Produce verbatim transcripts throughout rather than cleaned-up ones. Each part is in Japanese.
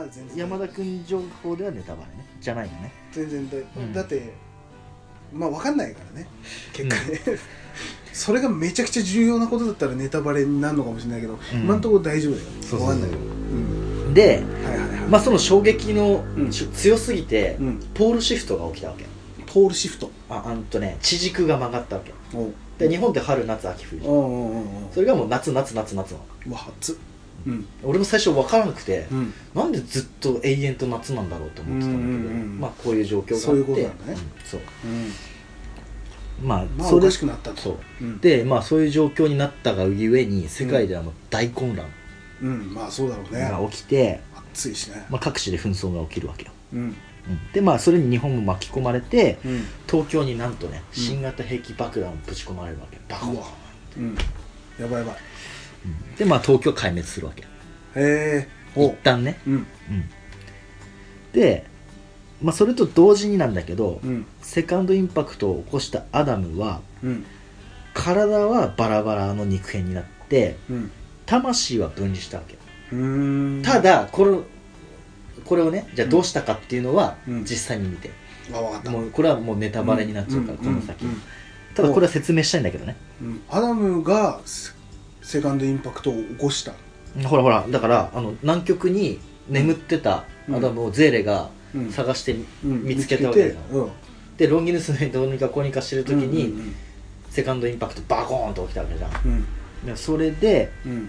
だ全然山田君情報ではネタバレねじゃないよね。 全然だ、 うん、 だってまあ分かんないからね結果ね、うん、それがめちゃくちゃ重要なことだったらネタバレになるのかもしれないけど、うん、今のところ大丈夫だよ。 そうそうそう分かんないよ、うん、 で、 はいはいはい、 まあその衝撃の、 うん、 強すぎて、うん、ポールシフトが起きたわけ。 ポールシフト、 あ、あんとね地軸が曲がったわけで、日本って春夏秋冬じゃん。それがもう夏夏夏夏なの。 うわ初、うん、 俺も最初分からなくて、うん、なんでずっと永遠と夏なんだろうと思ってたんだけど、うんうんうん、まあこういう状況があって、 そういうことなんだね、うん、 そう、 うん、 まあ、 まあ、それおかしくなったと。 そう、うん、でまあそういう状況になったがゆえに世界ではもう大混乱うん、うん、まあそうだろうねが起きて、 暑いしね、 まあ、各地で紛争が起きるわけよ、 うんうん、 でまあそれに日本も巻き込まれて、 うん、 東京になんとね新型兵器爆弾をぶち込まれるわけ、バコーン、 うん、やばいやばい、 うん、でまあ東京壊滅するわけ。 へえ、 一旦ね、うんうん、で、まあ、それと同時になんだけど、うん、セカンドインパクトを起こしたアダムは、うん、体はバラバラの肉片になって、うん、魂は分離したわけ。うーん、ただこれ、これをねじゃあどうしたかっていうのは、うん、実際に見て、あ、分かった、もうこれはもうネタバレになっちゃうから、うん、この先、うんうん、ただこれは説明したいんだけどね、 うん、アダムがセカンドインパクトを起こした、 ほらほら、だからあの南極に眠ってたアダムをゼーレが探して見つけたわけだよ、うんうん、でロンギヌスのどうにかこうにかしてる時に、うんうんうん、セカンドインパクトバコーンと起きたわけじゃん、うん、それで、うんうんうん、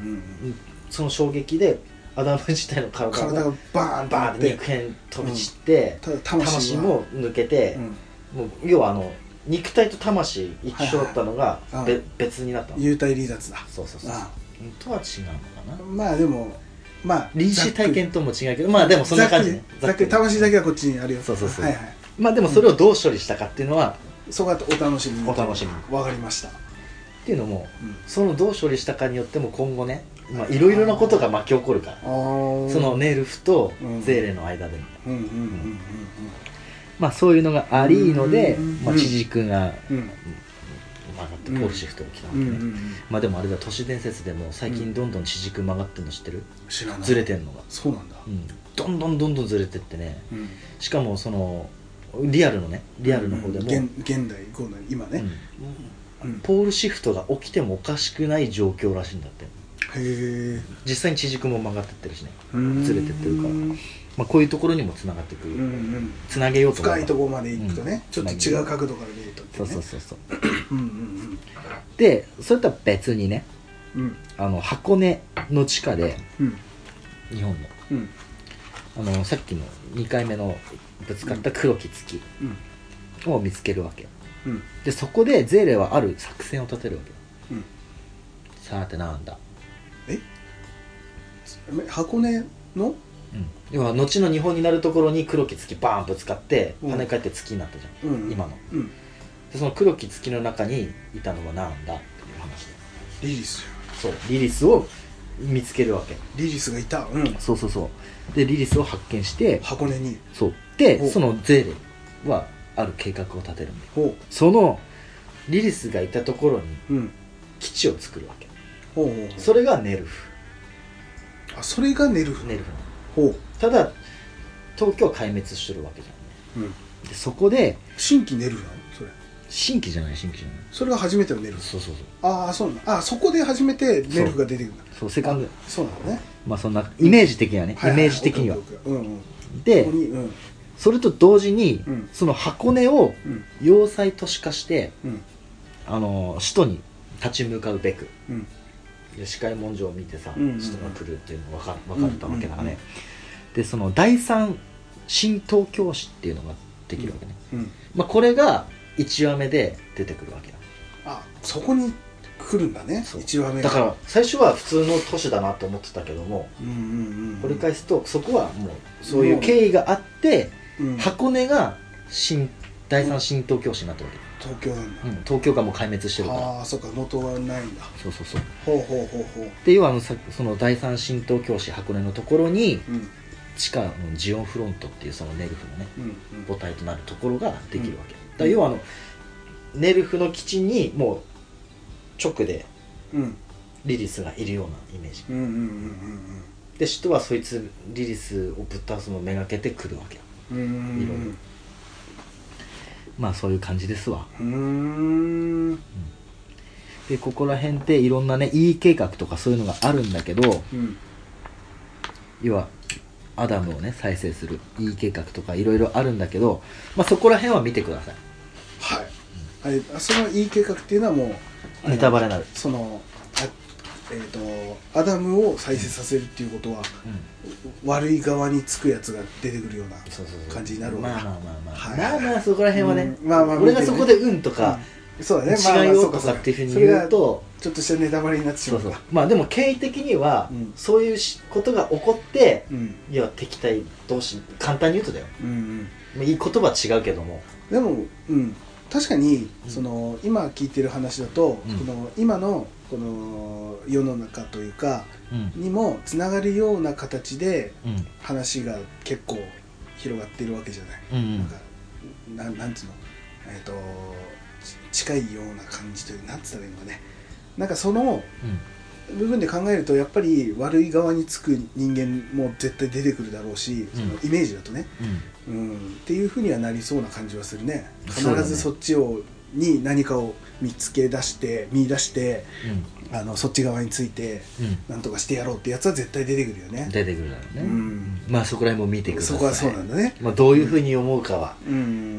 その衝撃でアダム自体の体が体がバーンバーンって肉片飛び散って、うん、魂, 魂も抜けて、うん、もう要はあの肉体と魂一緒だったのが、はいはい、別になったの。 幽体離脱だ。 そうそうそう、とは違うのかな。 まあでもまあ臨死体験とも違うけど、まあでもそんな感じね。 ざっくり魂だけはこっちにあるよ。 そうそうそう、はいはい、まあでもそれをどう処理したかっていうのは、 うん、そこはお楽しみに。 お楽しみに。 わかりました。 っていうのも、うん、そのどう処理したかによっても今後ね、まあいろいろなことが巻き起こるから、そのネルフとゼーレの間でも、まあそういうのがありので、まあ地軸が曲がってポールシフトが来たわけね。まあでもあれだ、都市伝説でも最近どんどん地軸曲がってるの知ってる？ 知らない。 ずれてんのが。 そうなんだ。 うん、どんどんどんどんずれてってね、うん、しかもそのリアルのね、リアルの方でも、 うん、現, 現代こうな今ね、 うんうん、ポールシフトが起きてもおかしくない状況らしいんだって。 へえ。 実際に地軸も曲がってってるしね、ずれてってるから、まあ、こういうところにもつながってくる、うんうん、つなげようと思う。 深いところまで行くとね、うん、ちょっと違う角度から見るとって、ね、 そうそうそうそううんうん、うん、でそれとは別にね、うん、あの箱根の地下で、うん、日本の、うん、あのさっきのにかいめのぶつかった黒き月を見つけるわけ、うん、でそこでゼーレはある作戦を立てるわけ、うん、さーてなんだ。 え箱根の、うん、 要は後の日本になるところに黒き月バーンぶつかって跳ね返って月になったじゃん、うん、今の、うん、でその黒き月の中にいたのはなんだっていう話で、 リリス。 そう、リリスを見つけるわけ。 リリスがいた、うん、 そうそうそうでリリスを発見して箱根に、 そうでそのゼーレはある計画を立てるんで、そのリリスがいたところに基地を作るわけ、ほうほうほう、それがネルフ。 あ、それがネルフ。 ネルフほう。ただ東京は壊滅してるわけじゃんね、うん、でそこで新規ネルフなのそれ。 新規じゃない新規じゃないそれが初めてのネルフ。 そうそうそう。 ああそうなんだ。あそこで初めてネルフが出てくるんだ。 そう、セカンド。 そうなのね。 まあそんなイメージ的にはね、うん、イメージ的には、うんうん、で、うん、それと同時に、うん、その箱根を要塞都市化して、うん、あの首都に立ち向かうべく、うん、で四海文書を見てさ、うんうんうん、人が来るっていうのが分か、分かったわけだからね、うんうんうん、でその第三新東京市っていうのができるわけね、うんうん、まあ、これがいちわめで出てくるわけだ。 あ、そこに来るんだね、いちわめが。 だから最初は普通の都市だなと思ってたけども、うんうんうんうん、掘り返すとそこはもうそういう経緯があって、うん、箱根が新第三新東京市になったわけ。 東京なんだ、うん、 東京がもう壊滅してるから。 ああ、そっか、元はないんだ。 そうそうそう。 ほうほうほうほう。 で要はあのその第三新東京市箱根のところに、うん、地下のジオンフロントっていうそのネルフのね、うんうん、母体となるところができるわけ、うん、だから要はあのネルフの基地にもう直でリリスがいるようなイメージ、うんうんうんうん、 で使徒はそいつリリスをぶっ倒すのをめがけてくるわけよ。 うーんいろいろまあそういう感じですわ。 うーんでここら辺っていろんなね E 計画とかそういうのがあるんだけど、 うん、 要はアダムをね再生する E 計画とかいろいろあるんだけど、まあ、そこら辺は見てください。 はい、あれその E 計画っていうのはもうネタバレになる。 そのあえーとアダムを再生させるっていうことは、うん、悪い側につくやつが出てくるような感じになるわけだ。 まあまあまあまあ、はい、まあまあそこら辺はね、 うんまあまあ、 俺がそこでうんとか、 うん、そうだね、 違うよとかっていうふうに言うとちょっとしたネタバレになってしまう。 そうそうまあでも経緯的には、うん、そういうことが起こって、うん、いや敵対同士簡単に言うとだよ、うんうん、いい言葉は違うけどもでも、うん、確かに、うん、その今聞いてる話だと、うん、この今のこの世の中というか、うん、にもつながるような形で話が結構広がっているわけじゃない、うん、なんか な, なんつうの、えーと、近いような感じというなんつったらいいのかね、なんかその部分で考えるとやっぱり悪い側につく人間も絶対出てくるだろうし、うん、そのイメージだとね、うんうん、っていうふうにはなりそうな感じはするね。必ずそっちをに何かを見つけ出して見出して、うん、あのそっち側について、うん、なんとかしてやろうってやつは絶対出てくるよね。 出てくるだろうね、うん、まあそこら辺も見てください。 そこはそうなんだね、 まあ、どういうふうに思うかは、 うん、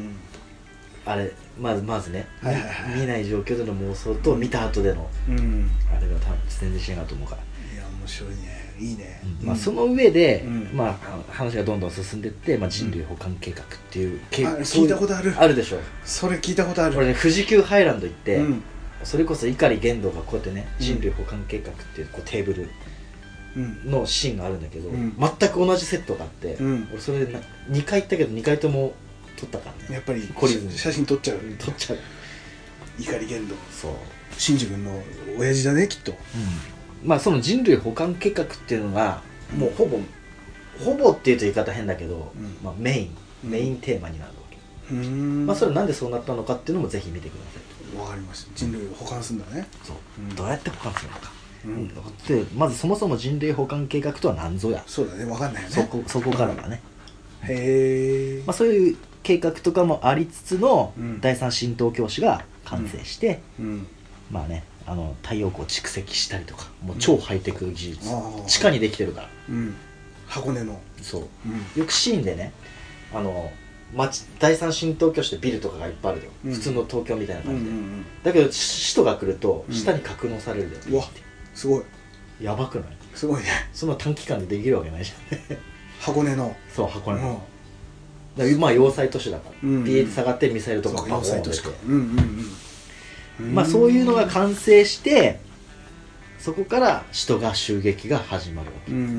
あれまずまずね、 はいはいはい、 見ない状況での妄想と見た後での、うん、あれが多分全然違うと思うから。 いや面白いね、いいね、 うんまあ、その上で、うんまあ、話がどんどん進んでいって、まあ、人類補完計画っていう、うん、 聞いたことあるあるでしょ。 それ聞いたことある。 これね富士急ハイランド行って、うん、それこそ碇玄道がこうやってね、うん、人類補完計画っていうこうテーブルのシーンがあるんだけど、うん、全く同じセットがあって、うん、俺それでにかい行ったけどにかいとも撮ったからね。 やっぱり写真撮っちゃう撮っちゃう碇玄道、 そう真司君の親父だねきっと、うんまあその人類補完計画っていうのがもうほぼ、うん、ほぼっていうと言い方変だけど、うんまあ、メインメインテーマになるわけ、うん、まあそれなんでそうなったのかっていうのもぜひ見てください。 わかりました。人類を補完するんだね。 そう、うん、どうやって補完するのか、うん、でまずそもそも人類補完計画とは何ぞや。 そうだね、わかんないよね。 そこそこからがね、 へえ、 まあ、そういう計画とかもありつつの、うん、第三神道教師が完成して、うんうん、まあねあの太陽光を蓄積したりとかもう超ハイテク技術、うん、地下にできてるから、 うん、箱根のそう、うん、よくシーンでねあの町第三神道教師ってビルとかがいっぱいあるよ、うん、普通の東京みたいな感じで、うんうんうん、だけど首都が来ると下に格納されるよ、 うん、うわすごいやばくない？ すごいね。 そんな短期間でできるわけないじゃん箱根のそう箱根の、うん、だまあ要塞都市だから、うんうん、ピーエイチ 下がってミサイルとかバコーン出て、うんうんうん、まあそういうのが完成してそこから首都が襲撃が始まるわけ、うんうんうん、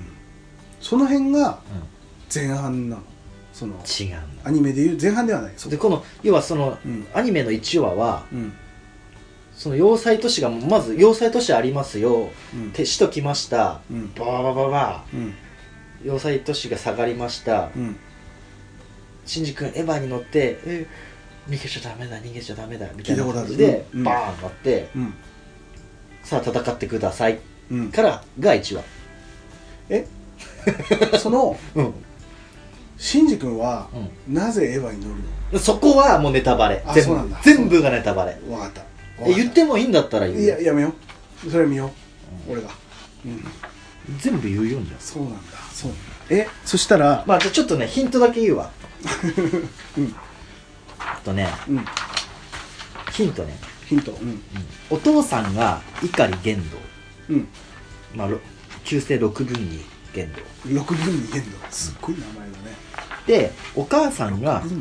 その辺が前半なの？その違うんだ、 アニメでいう前半ではない。 でこの要はその、うん、アニメのいちわは、うん、その要塞都市がまず要塞都市ありますよ、うん、首都来ました、うん、バババババ、うん、要塞都市が下がりました、うん、シンジ君エヴァに乗ってえ逃げちゃダメだ逃げちゃダメだみたいな感じで、うん、バーンなって、うん、さあ戦ってください、うん、からがいちわ。 えその、うんシンジ君は、うん、なぜエヴァに乗るの？そこはもうネタバレ。全部全部がネタバレ。 分かった。 え言ってもいいんだったら言う。 いややめよう。それは見よう、うん、俺が、 うん、全部言うよんじゃん。 そうなんだ。そうえそしたらまあじゃあちょっとねヒントだけ言うわうんあとね、うん、ヒントねヒント、うんうん、 お父さんが碇玄道、うんまあ、旧姓六分に玄道六分に玄道すっごい名前だね。 でお母さんが、うんうん、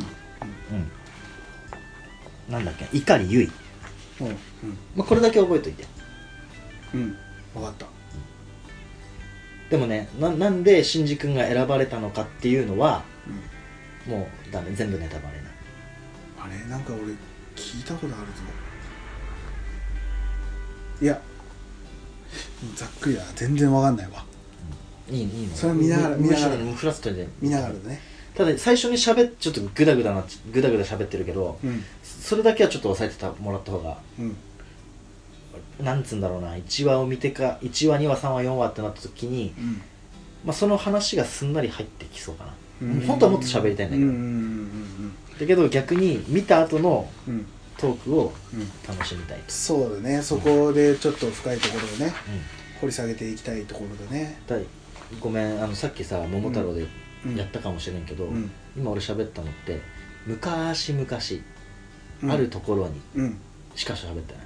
なんだっけ碇結衣、うんうんまあ、これだけ覚えといて。 うん分かった。 でもね な, なんでシンジ君が選ばれたのかっていうのは、うん、もうダメ全部ネタバレな。 あれなんか俺聞いたことあるぞ。いやざっくりだ全然わかんないわ、 うん、いいいいのそれは見ながら見ながらフラストで見ながらね。 ただ最初に喋っちょっとグダグダなグダグダ喋ってるけど、うん、それだけはちょっと抑えてたもらった方が、うんなんつうんだろうないちわを見てかいちわにわさんわよんわってなった時に、うん、 まあ、その話がすんなり入ってきそうかな。本当はもっと喋りたいんだけど、うんうんうんうん、だけど逆に見た後のトークを楽しみたいと、うん、 そうだね。そこでちょっと深いところをね、うん、掘り下げていきたいところだね。 だごめん、あのさっきさ桃太郎でやったかもしれんけど、うん、今俺喋ったのって昔々、うん、あるところにしか喋って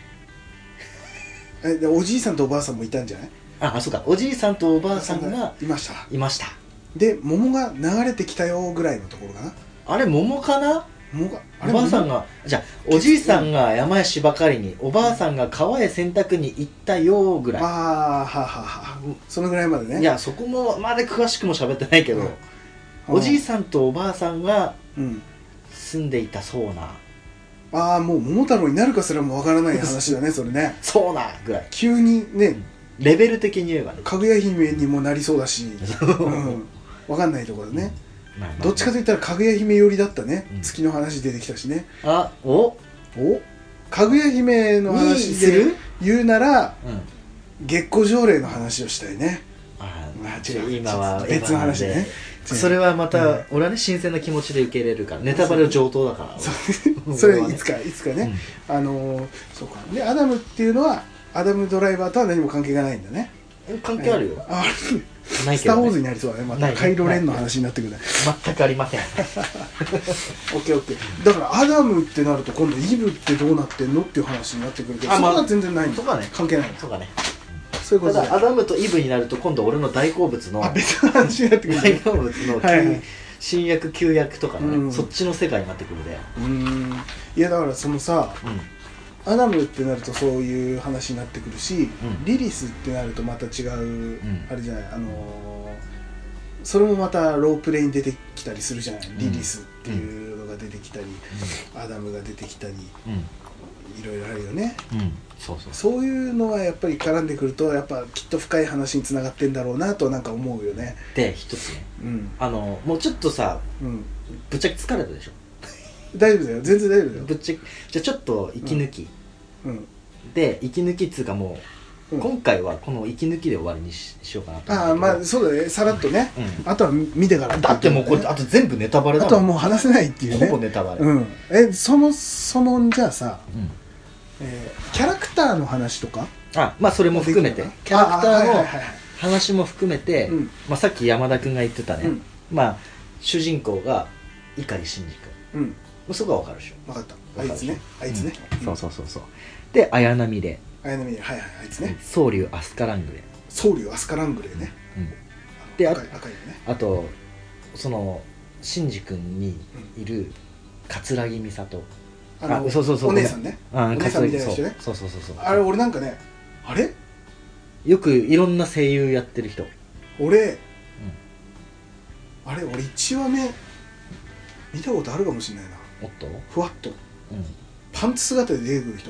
ない、うん、えでおじいさんとおばあさんもいたんじゃない？ ああ、そうか、おじいさんとおばあさんがいましたいました。 で桃が流れてきたよぐらいのところかな。 あれ桃かな。 桃がおばあさんが、じゃあおじいさんが山へ芝刈りに、おばあさんが川へ洗濯に行ったよぐらい。 ああ、はははそのぐらいまでね。 いや、そこもまで詳しくも喋ってないけど、うん、おじいさんとおばあさんが住んでいたそうな、 うん、ああ、もう桃太郎になるかすらもわからない話だねそれね。 そうなぐらい急にね、 レベル的に言えばね、 かぐや姫にもなりそうだし、うん、わかんないところね、うん、まあまあまあ、どっちかといったらかぐや姫寄りだったね、うん、月の話出てきたしね。 あ、おおかぐや姫の話で言うなら、うん、月光条例の話をしたいね。 あ、まあ、違う、今は別の話ね。 それはまた、うん、俺はね新鮮な気持ちで受け入れるから、ネタバレの上等だから。 そ, それいつかいつかね、うん、あのー、そうか。でアダムっていうのはアダムドライバーとは何も関係がないんだね。 関係あるよ。 あないけどね、 スター・ウォーズになりそうだね。またカイロレンの話になってくるね。 全くありません。 オッケーオッケー。だからアダムってなると今度イブってどうなってんのっていう話になってくるけど、そこは全然ないんだ。 そこはね、 関係ない。 そうかね。 そういうことただアダムとイブになると今度俺の大好物の、 あ、別の話になってくる、 大好物のはい、はい、新薬旧薬とかね、うん、そっちの世界になってくるで。 うーん、いやだからそのさ、うん、アダムってなるとそういう話になってくるし、うん、リリスってなるとまた違う、うん、あれじゃない、あのー、それもまたロープレイに出てきたりするじゃない、うん、リリスっていうのが出てきたり、うん、アダムが出てきたり、うん、いろいろあるよね、うん、そうそう、そういうのがやっぱり絡んでくるとやっぱきっと深い話につながってんだろうなとなんか思うよね。 で一つね、うん、あのもうちょっとさ、うん、ぶっちゃけ疲れたでしょ。 大丈夫だよ、全然大丈夫だよ。 ぶっちゃけじゃあちょっと息抜き、うんうん、で息抜きっつうかもう、うん、今回はこの息抜きで終わりに し, しようかなと思う。 ああ、まあそうだね、さらっとね、うん、あとは見てから、 ね、だってもうこれあと全部ネタバレだもん。 あとはもう話せないっていうね、 ほぼネタバレ、うん、 えそもそもじゃあさ、うんえー、キャラクターの話とか、 あ、まあそれも含めてキャラクターの話も含めて、うん、まあ、さっき山田君が言ってたね、うん、まあ主人公が碇シンジ君、うん、そこは分かるでしょ。 分かった、あいつね、あいつね、 うん、そうそうそうそう。で綾波レイ、 綾波レイ、はいはい、あいつね、 宗龍アスカラングレー、 宗龍アスカラングレーね、うん、 で、 赤い赤いよね。 あとそのシンジ君にいる桂木美里、 あの、そうそうそう、お姉さんね、あ、お姉さんみたいな人ね、 そうそうそうそう、 あれ俺なんかね、あれよくいろんな声優やってる人、 俺、うん、あれ俺いちわめ見たことあるかもしれないな。 おっとふわっと、うん、パンツ姿で出てくる人、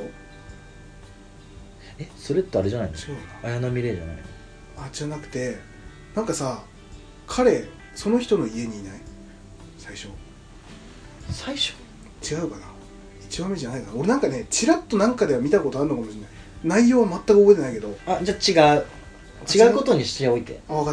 え、それってあれじゃないの？違うな、綾波レイじゃないの？ あ、じゃなくて、なんかさ、彼その人の家にいない？最初最初違うかな、いちわめじゃないかな。俺なんかね、チラッとなんかでは見たことあるのかもしれない。内容は全く覚えてないけど。 あ、じゃあ違う違うことにしておいて。 あ、分かった。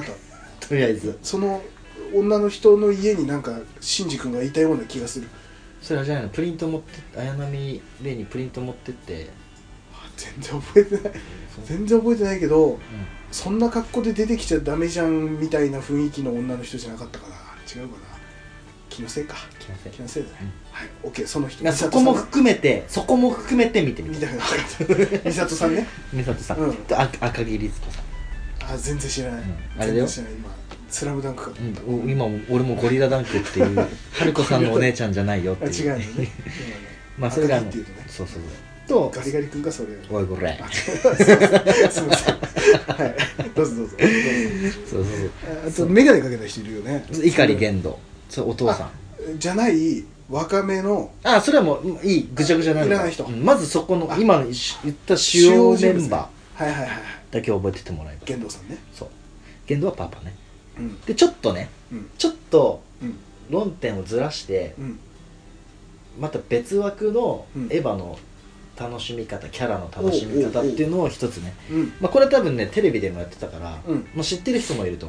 とりあえずその女の人の家になんかシンジ君がいたような気がする。 それはじゃないの、プリント持って綾波レイにプリント持ってって。 あ、全然覚えてない全然覚えてないけど、うん、そんな格好で出てきちゃダメじゃんみたいな雰囲気の女の人じゃなかったかな。違うかな、気のせいか、気のせい、気のせいだね、うん、はい、オッケー。その人、 そこも含めてそこも含めて見てみて。 美里さんね、 美里さん、うん、と赤木律子さん。 あ、全然知らない、うん、 あれだよ、 全然知らない。今スラムダンクかと思った、 うん、今俺もゴリラダンクっていう春子さんのお姉ちゃんじゃないよっていう違うのねまあそれがあの、 っていうとね、 そうそうとガリガリ君がそれ、 おいこれすみません、はい、どうぞどうぞ。そうそうそう、あとメガネかけた人いるよね、 碇玄度、それお父さんじゃない若めの。 あ、それはもういい、ぐちゃぐちゃなんだ、いらない人、うん、まずそこの今の言った主要メンバーだけ覚えててもらえば。 玄道さんね、 そう、玄道はパパね、うん、でちょっとね、うん、ちょっと論点をずらして、うん、また別枠のエヴァの楽しみ方、キャラの楽しみ方っていうのを一つね、うん、まあ、これ多分ねテレビでもやってたから、うん、まあ、知ってる人もいると思う。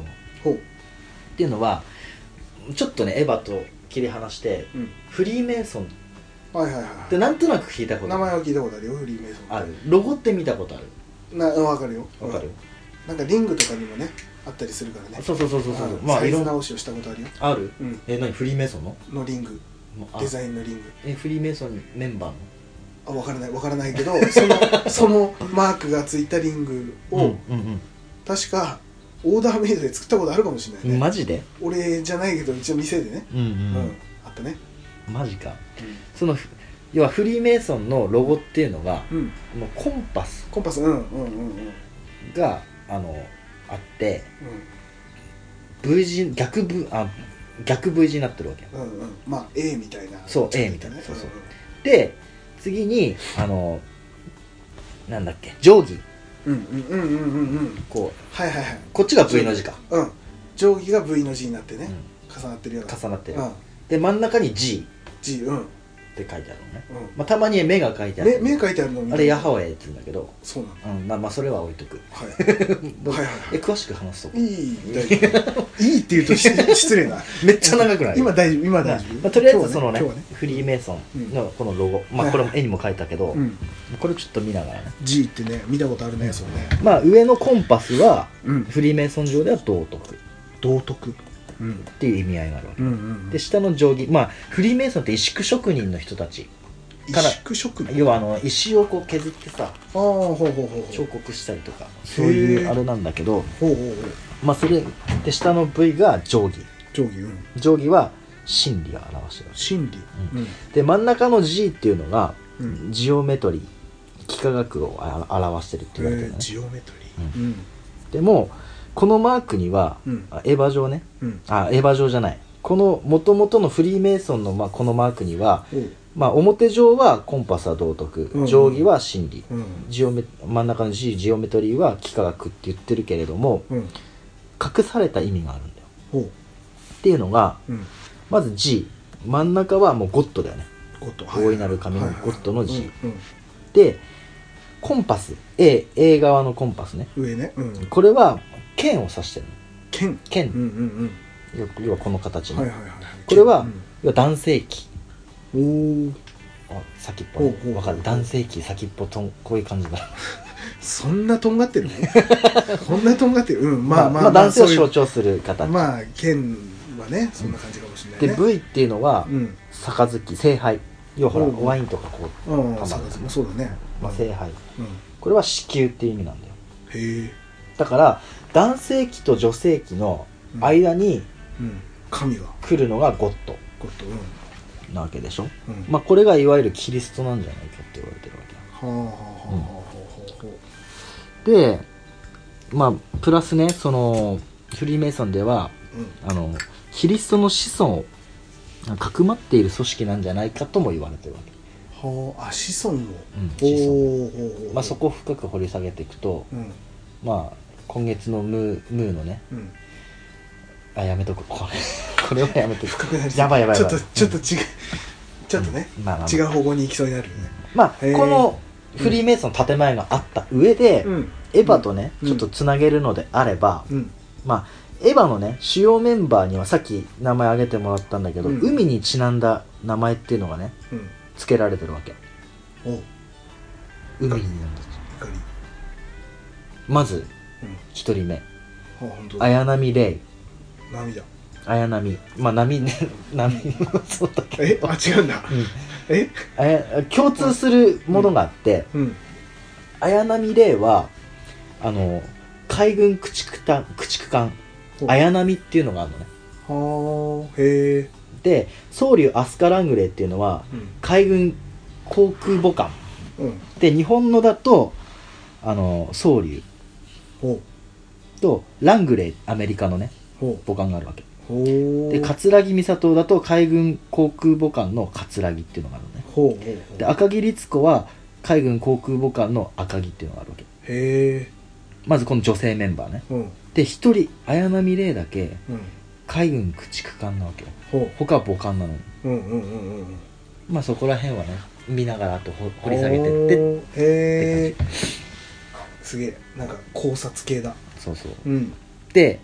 っていうのはちょっとねエヴァと切り離して、うん、フリーメイソンはいはいはいでなんとなく聞いたことある。 名前は聞いたことあるよ、フリーメイソン。 ある。ロゴって見たことある？ な、分かるよ。 分かる。 なんかリングとかにもねあったりするからね。 そうそうそうそうそう。 まあサイズ直しをしたことあるよ。 ある？ うん。 え、何フリーメイソンの？ のリング。デザインのリング。 え、フリーメイソンメンバーの？ あ、分からない分からないけどそのそのマークがついたリングを、うんうんうん、確かオーダーメイドで作ったことあるかもしれないね。 マジで？ 俺じゃないけど一応店でね、うんうんうん、あったね。 マジか、うん、その要はフリーメイソンのロゴっていうのが、うん、もうコンパスコンパス、うんうんうんうん、 があのあって、うん、V 字逆 V あ逆 V 字になってるわけ、 うんうん、まあ A みたいな、 そう A みたいな、そうそう、うんうん、で次にあのなんだっけ定規、 うんうんうんうんうんうん、 こうはいはいはい、 こっちが V の字か、 うん、定規が V の字になってね、うん、重なってるような、 重なってる、うん、で真ん中に G G、うん、 って書いてあるのね、うん、まあ、たまに目が書いてある、 目書いてあるのあれヤハウェイって言うんだけど、 そうなの、うん、まあまあそれは置いとく、 はいはいはい、 え詳しく話すといい大丈夫いいって言うと失礼なめっちゃ長くない？ 今大丈夫今大丈夫、 まあ、とりあえずその ね, ね, ねフリーメイソンのこのロゴ、うん、まあこれも絵にも書いたけど、はいはい、これちょっと見ながらね G ってね見たことあるね、それね。 まあ上のコンパスは、うん、フリーメイソン上では道徳道徳っていう意味合いがあるわけ、うんうんうん、で下の定規、まあフリーメイソンって石工職人の人たちから、 石工職人、 要はあの石をこう削ってさ、 あほうほうほう彫刻したりとかそういうあれなんだけど、 ほうほうほう、 まあそれで下の V が定規、 定規、うん、 定規は真理を表してる、 真理、 うんうん、で真ん中の G っていうのが、うん、ジオメトリー、幾何学を表してるって言われてるね、 ジオメトリー、 うんうん、でもこのマークには、うん、エヴァ上ね、うん、あエヴァ上じゃない、この元々のフリーメイソンの、まあ、このマークには、うん、まあ、表上はコンパスは道徳、うん、定規は真理、うん、ジオメ真ん中の G ジオメトリーは幾何学って言ってるけれども、うん、隠された意味があるんだよ、うん、っていうのが、うん、まず G 真ん中はもうゴッドだよね、 ゴッド、 大いなる神のゴッドの G、でコンパス A, A 側のコンパスね、 上ね、うん、これは剣を指してるの、 剣、 剣、 うんうんうん、要はこの形の、 はいはいはい、 これは、うん、要は男性器、 おー、 あ先っぽね、分かる、男性器先っぽとん、こういう感じだそんなとんがってるこんなとんがってる、うん、まあまあ、 まあ、男性を象徴する形、 まあ剣はねそんな感じかもしれないね、 で V っていうのは、うん、杯、聖杯、要はほらワインとかこう、 うん、そうだね、 まあ、聖杯、うん、これは子宮っていう意味なんだよ、 へえ、 だから男性器と女性器の間に、 うんうん、神が来るのがゴッド、 ゴッド、うん、 なわけでしょ、うん、まあこれがいわゆるキリストなんじゃないかって言われてるわけ、はあはあはあはあ、でまあプラスね、そのフリーメイソンでは、うん、あのキリストの子孫をかくまっている組織なんじゃないかとも言われてるわけ。 はあ、あ、子孫を、うん、 子孫、まあ、そこを深く掘り下げていくと、うん、まあ今月のムー、ムーのね、うん、あ、やめとく、これこれはやめとく、 深くなりやばいやばいやばい、ちょっとちょっと違う、ちょっとね、まあまあ、違う方向に行きそうになるよね。 まあこのフリーメイソンの建前があった上で、うん、エヴァとね、うん、ちょっとつなげるのであれば、うん、まあエヴァのね主要メンバーにはさっき名前挙げてもらったんだけど、うん、海にちなんだ名前っていうのがね、うん、付けられてるわけ。お海になんだまず一、うん、人目、綾波レイ、 波だ、 綾波、まあ波ね波そうだけど、え、あ、違うんだ、うん、えあや共通するものがあって、うんうん、綾波レイはあの海軍駆逐艦駆逐艦綾波っていうのがあるのね。 はあ、へえ。で宗竜アスカラングレーっていうのは、うん、海軍航空母艦、うん、で日本のだとあの宗竜とラングレー、アメリカのね母艦があるわけで、桂木美里だと海軍航空母艦の桂木っていうのがあるのね。ほうほうほう。で赤木律子は海軍航空母艦の赤木っていうのがあるわけ。へえ。まずこの女性メンバーね、うん、で一人綾波レイだけ、うん、海軍駆逐艦なわけよ。ほう。他は母艦なのに、うんうんうんうん、まあそこら辺はね見ながらあと掘り下げてってへえ、すげえ、なんか考察系だ。 そうそう、うん、で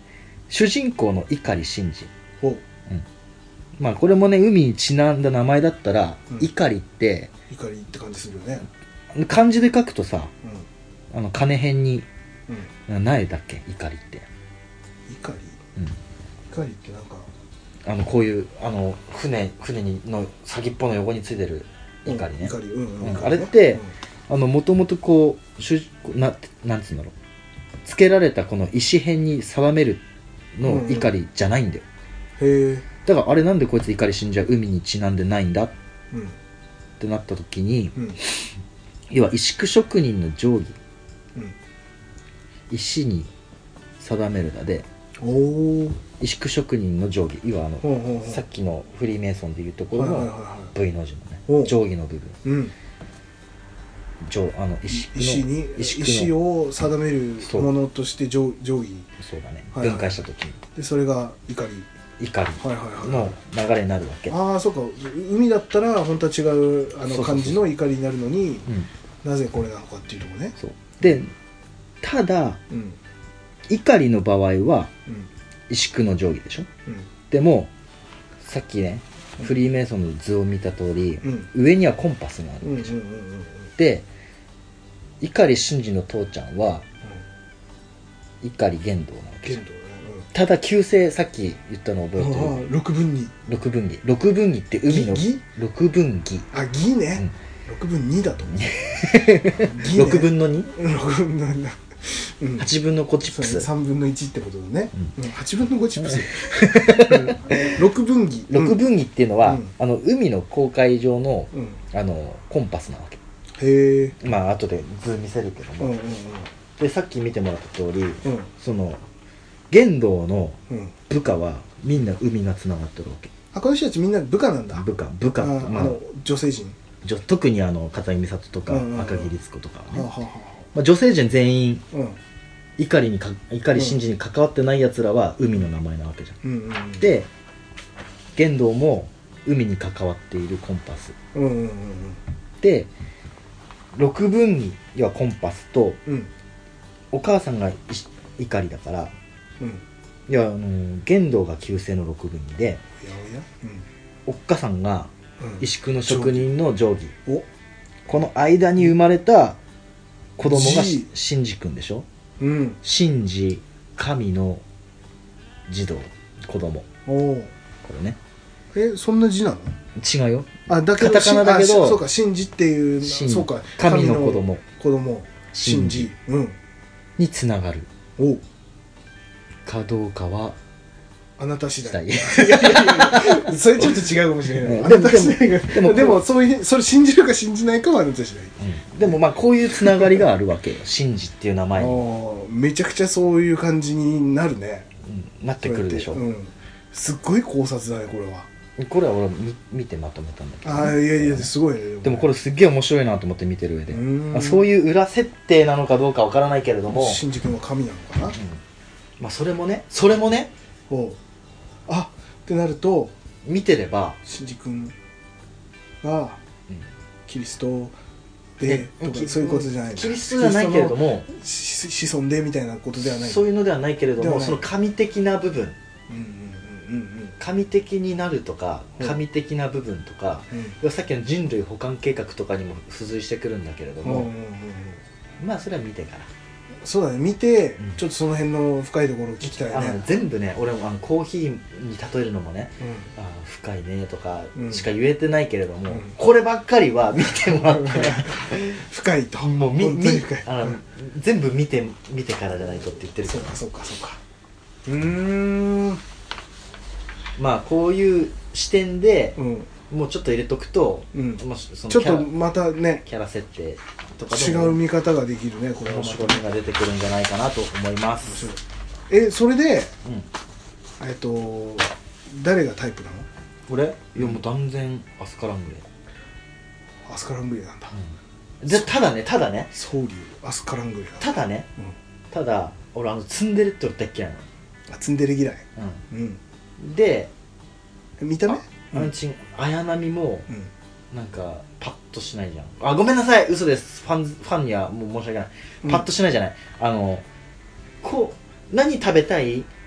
主人公の碇シンジ、うん、まあこれもね海にちなんだ名前だったら、うん、碇って碇って感じするよね。 漢字で書くとさ、うん、あの金辺に、うん、苗だっけ碇って碇、うん、碇ってなんかあのこういうあの船船にの先っぽの横についてる碇ね、 うん、碇、うんうん、 あれって、うん、あのもともとこう主ななんつうんだろう、つけられたこの石辺に定めるの碇じゃないんだよ、 うんうん、へえ。 だからあれなんでこいつ碇死んじゃ海にちなんでないんだ、うん、ってなった時に、うん、要は石工職人の定規、うん、石に定めるだで、お石工職人の定規、要はあのほうほうほう、さっきのフリーメイソンでいうところの V の字のね、定規の部分、うん、あの 石, の石に石石を定めるものとして定規、 そうだね、はいはい、分解した時にでそれが碇碇の流れになるわけ、 はいはいはい、ああそうか、海だったら本当は違うあの漢字の碇になるのに、うん、なぜこれなのかっていうところね。 そうでただ、うん、碇の場合は、うん、石工の定規でしょ、うん、でもさっきね、うん、フリーメイソンの図を見た通り、うん、上にはコンパスがあるわけじゃん、うんうんうんうん、で碇シンジの父ちゃんは、うん、碇玄道なわけじゃん、うん、ただ旧姓さっき言ったの覚えてる？ 六分儀六分儀六分儀って海の六分儀、 あ儀ね、うん、六分二だと思う六分の二、 六分の二、うん、 八分のごチップス、 三分の一ってことだね、うん、八分のごチップス六分儀、 六分儀っていうのは、うん、あの海の公海上の、うん、あのコンパスなわけ。へえ。まあ後で図見せるけども、うんうんうん、でさっき見てもらった通り、うん、その玄道の部下はみんな海がつながってるわけ。 あ、この人たちみんな部下なんだ。 部下部下、 あ、まあ、あの女性陣、 特にあの片井美里とか、うんうんうん、赤木律子とかはね、ははは、まあ、女性陣全員、うん、碇にか碇シンジに関わってないやつらは海の名前なわけじゃん、うんうんうん、で玄道も海に関わっているコンパス、うんうんうんうん、で六分儀要はコンパスと、うん、お母さんが碇だから、うん、いやあの玄道が旧姓の六分儀で、おやおや、うん、おっかさんが石工の職人の定規、うん、この間に生まれた子供がシンジ君でしょ、うん、シンジ神の児童子供、おこれね、 えそんな字なの？ 違うよ。 あ、だけどカタカナだけど、そうか、シンジっていう、そうか、 神の子供子供シンジ、うん、 につながるおかどうかはあなた次第。いやいやいやそれちょっと違うかもしれない。あなた次第がでもでもそういうそれ信じるか信じないかはあなた次第、 うん、でもまあこういうつながりがあるわけよシンジっていう名前に。 めちゃくちゃそういう感じになるね、 うん、なってくるでしょ、うん、 すっごい考察だねこれは。 これは俺 見, 見てまとめたんだけど、ね、 あいやいやすごいね。 でもこれすっげえ面白いなと思って見てる上で、まあ、そういう裏設定なのかどうかわからないけれども、 シンジ君は神なのかな、うん、 まあそれもねそれもねおあってなると見てればシンジ君がキリストでとかそういうことじゃない、 キリストじゃないけれども子孫でみたいなことではない、 そういうのではないけれどもその神的な部分、うんうんうんうん、神的になるとか神的な部分とか、うん、さっきの人類補完計画とかにも付随してくるんだけれども、うんうんうんうん、まあそれは見てから。 そうだね、見て、うん、ちょっとその辺の深いところを聞きたいね。 あの全部ね俺もあのコーヒーに例えるのもね、うん、あ深いねとかしか言えてないけれども、うん、こればっかりは見てもらって深いともうみみあの全部見て見てからじゃないとって言ってるけど、 そうかそうかそうか、うーん、 まあこういう視点で、うん、もうちょっと入れとくと、うん、もうそのちょっとまたねキャラ設定とか違う見方ができるね。これは面白みが出てくるんじゃないかなと思います。 えそれで、うん、えっと誰がタイプなの？ 俺？いやもう断然アスカラングレー。アスカラングレーなんだ、 うん、でただねただね総流アスカラングレーただね、うん、ただ俺あのツンデレって俺大っ嫌いなの。 あツンデレ嫌い、 うんうん、で見た目あのちん綾波も、うんなんかパッとしないじゃん。あごめんなさい嘘です。ファンファンにはもう申し訳ない。パッとしないじゃない、うん、あのこう何食べたい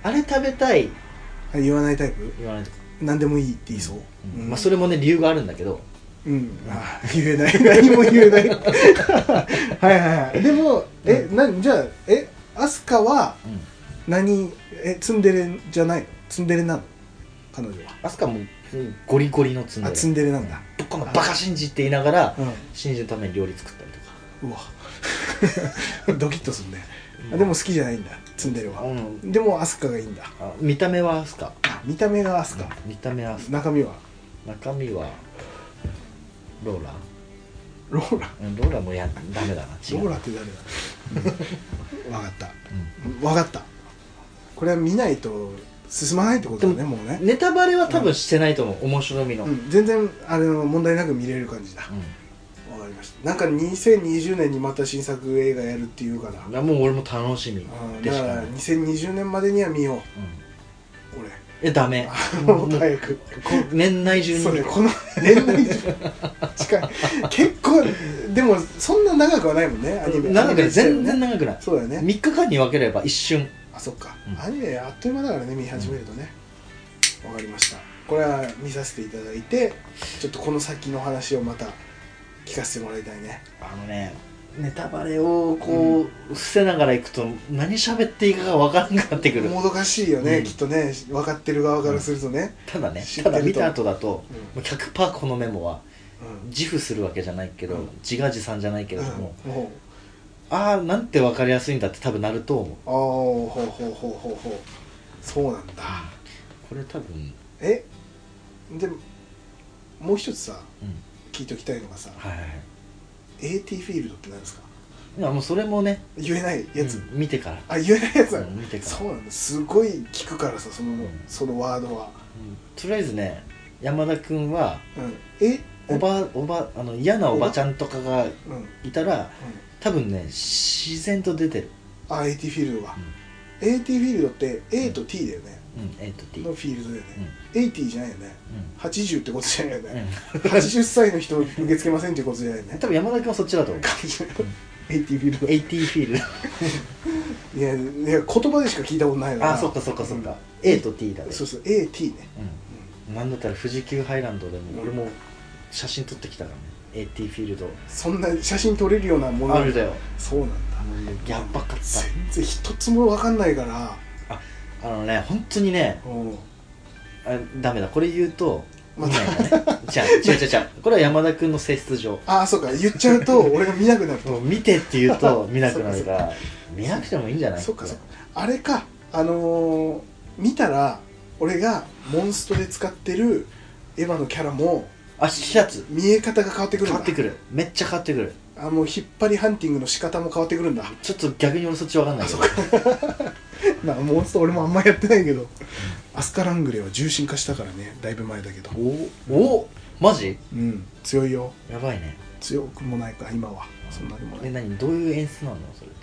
あれ食べたい言わないタイプ？ 言わないとか何でもいいって言いそう、 うんうん、まあそれもね理由があるんだけど、 うん、あ言えない何も言えないはいはいはいでもえ、うん、なじゃあえアスカは何、えツンデレじゃないの？ツンデレなの彼女は？ アスカもゴリゴリのツンデレ。 あツンデレなんだ。 このバカシンジって言いながら、うん、シンジのために料理作ったりとか。 うわドキッとするね、うん、でも好きじゃないんだツンデレは、うん、でもアスカがいいんだ。 あ見た目はアスカ。 見た目がアスカ、うん、 見た目はアスカ。 中身は中身はローラローラ、 うん、ローラもやダメだな。 ローラって誰だ、うん、分かった、うん、分かった。これは見ないと進まないってことだね。もうねネタバレは多分してないと思う、うん、面白みの、 うん、全然あれの問題なく見れる感じだ、うん、分かりました。なんかにせんにじゅうねんにまた新作映画やるっていうからもう俺も楽しみでしかない。だからにせんにじゅうねんまでには見よう、うん、俺えダメもう早く年内中にそうねこの年内中近い結構でもそんな長くはないもんねアニメ。 長くない、全然長くない。 そうだよね。 みっかかんに分ければ一瞬。 あそっか、うん、アニメあっという間だからね見始めるとね、うん、分かりました。これは見させていただいてちょっとこの先の話をまた聞かせてもらいたいね。 あのねネタバレをこう、うん、伏せながらいくと何喋っていいかが分からなくなってくる。 もどかしいよね、うん、きっとね分かってる側からするとね、 うん、ただねただ見た後だと、うん、ひゃくパーセント このメモは、うん、自負するわけじゃないけど、うん、自画自賛じゃないけれども、うん、もうああなんて分かりやすいんだって多分なると思う。 ああほうほうほうほうほうそうなんだ。 これ多分えでももう一つさ、うん、聞いておきたいのがさ、はいはいはい、エーティー フィールドって何ですか？ いやもうそれもね言えないやつ、 うん、見てから。 あ言えないやつだ、 うん、見てから。 そうなんだ。すごい聞くからさその、うん、そのワードは、 うん、とりあえずね山田君は、 うん、えおばおばあの嫌なおばちゃんとかがいたら、うん、多分ね自然と出てる。 あ エーティー フィールドが、うん、エーティー フィールドって A と T だよね、 うん、A と T のフィールドだよね、うん、エイティー じゃないよね、うん、はちじゅうってことじゃないよね、うん、はちじゅっさいの人受け付けませんってことじゃないよね。 多分山田君はそっちだと思うエイティー フィールドエイティー フィールドいやいや言葉でしか聞いたことないから。 あそっかそっかそっか、うん、A と T だね。 そうそう エーティー ね、 うん、なんだったら富士急ハイランドでも俺も写真撮ってきたからね、エーティー フィールド。 そんな写真撮れるようなものあるだよ。 そうなんだ。 やばかった。 全然一つも分かんないから。 ああのね本当にねあダメだこれ言うと見ないからねじゃあ違う違う違うこれは山田君の性質上。 ああそうか言っちゃうと俺が見なくなると見てって言うと見なくなるから見なくてもいいんじゃない。 そうかそうかあれかあのー、見たら俺がモンストで使ってるエヴァのキャラもあシャツ見え方が変わってくるんだ。 変わってくるめっちゃ変わってくる。 あもう引っ張りハンティングの仕方も変わってくるんだ。 ちょっと逆に俺そっち分かんないけどなんかモンスト俺もあんまやってないけど、うん、アスカラングレーは重心化したからねだいぶ前だけど。 おおマジ？ うん強いよ。 やばいね。 強くもないか今はそんなでもない。 え何どういう演出なのそれって。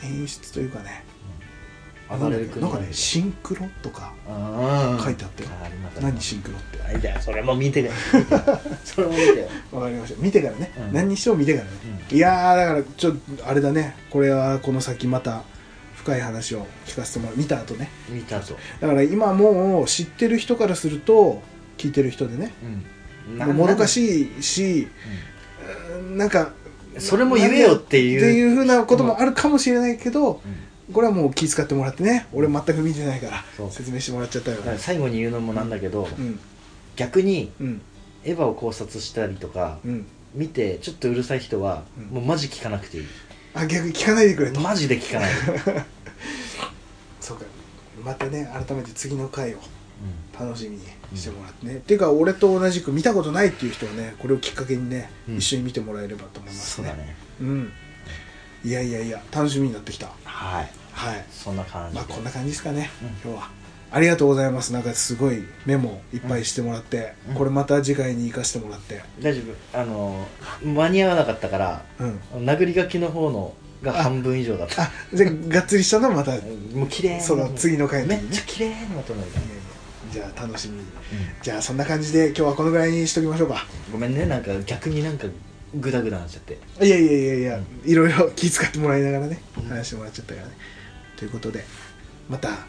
演出というかね、 うん、なんかなんかねシンクロとか書いてあってよ。何シンクロって。 あじゃあそれも見てからそれも見てよ。 わかりました見てからね、うん、何にしても見てからね、うん、いやーだからちょっとあれだねこれはこの先また深い話を聞かせてもらう見た後ね。 見た後だから今もう知ってる人からすると聞いてる人でね、うん、もうもどかしいし、うん、なんかそれも言えよっていうっていうふうなこともあるかもしれないけど、うん、これはもう気遣ってもらってね俺全く見てないから説明してもらっちゃったよ。だから最後に言うのもなんだけど、うん、逆に、うん、エヴァを考察したりとか、うん、見てちょっとうるさい人は、うん、もうマジ聞かなくていい。 あ逆に聞かないでくれと。 マジで聞かないでそうかまたね改めて次の回を楽しみにしてもらってね、うん、っていうか俺と同じく見たことないっていう人はねこれをきっかけにね、うん、一緒に見てもらえればと思いますね。そうだねうんいやいやいや楽しみになってきた。 はいはいそんな感じでまあこんな感じですかね、うん、今日はありがとうございます。なんかすごいメモいっぱいしてもらって、うん、これまた次回に生かしてもらって。 大丈夫あの間に合わなかったから、うん、殴り書きの方のが半分以上だった。 あじゃあがっつりしたのはまたもう綺麗その次の回の時に、ね、 めっちゃ綺麗にまとめる、ね、 じゃあ楽しみに、うん、じゃあそんな感じで今日はこのぐらいにしときましょうか。 ごめんねなんか逆になんかグダグダなっちゃって。 いやいやいやいや、うん、いろいろ気遣ってもらいながらね、うん、話してもらっちゃったからね。ということでまた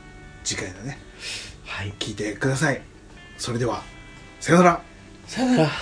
次回だね、 はい、 聞いてください。それではさよなら。 さよなら。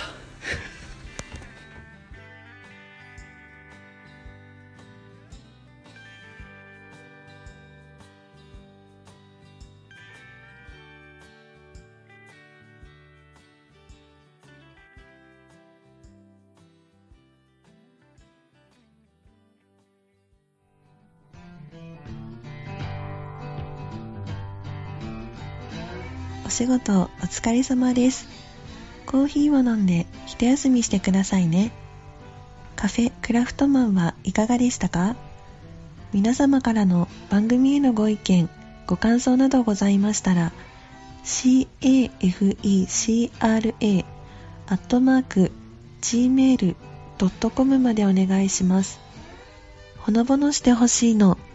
お仕事お疲れ様です。コーヒーを飲んで一休みしてくださいね。カフェクラフトマンはいかがでしたか？皆様からの番組へのご意見、ご感想などございましたら カフェクラ アットマーク ジーメール ドットコム までお願いします。ほのぼのしてほしいの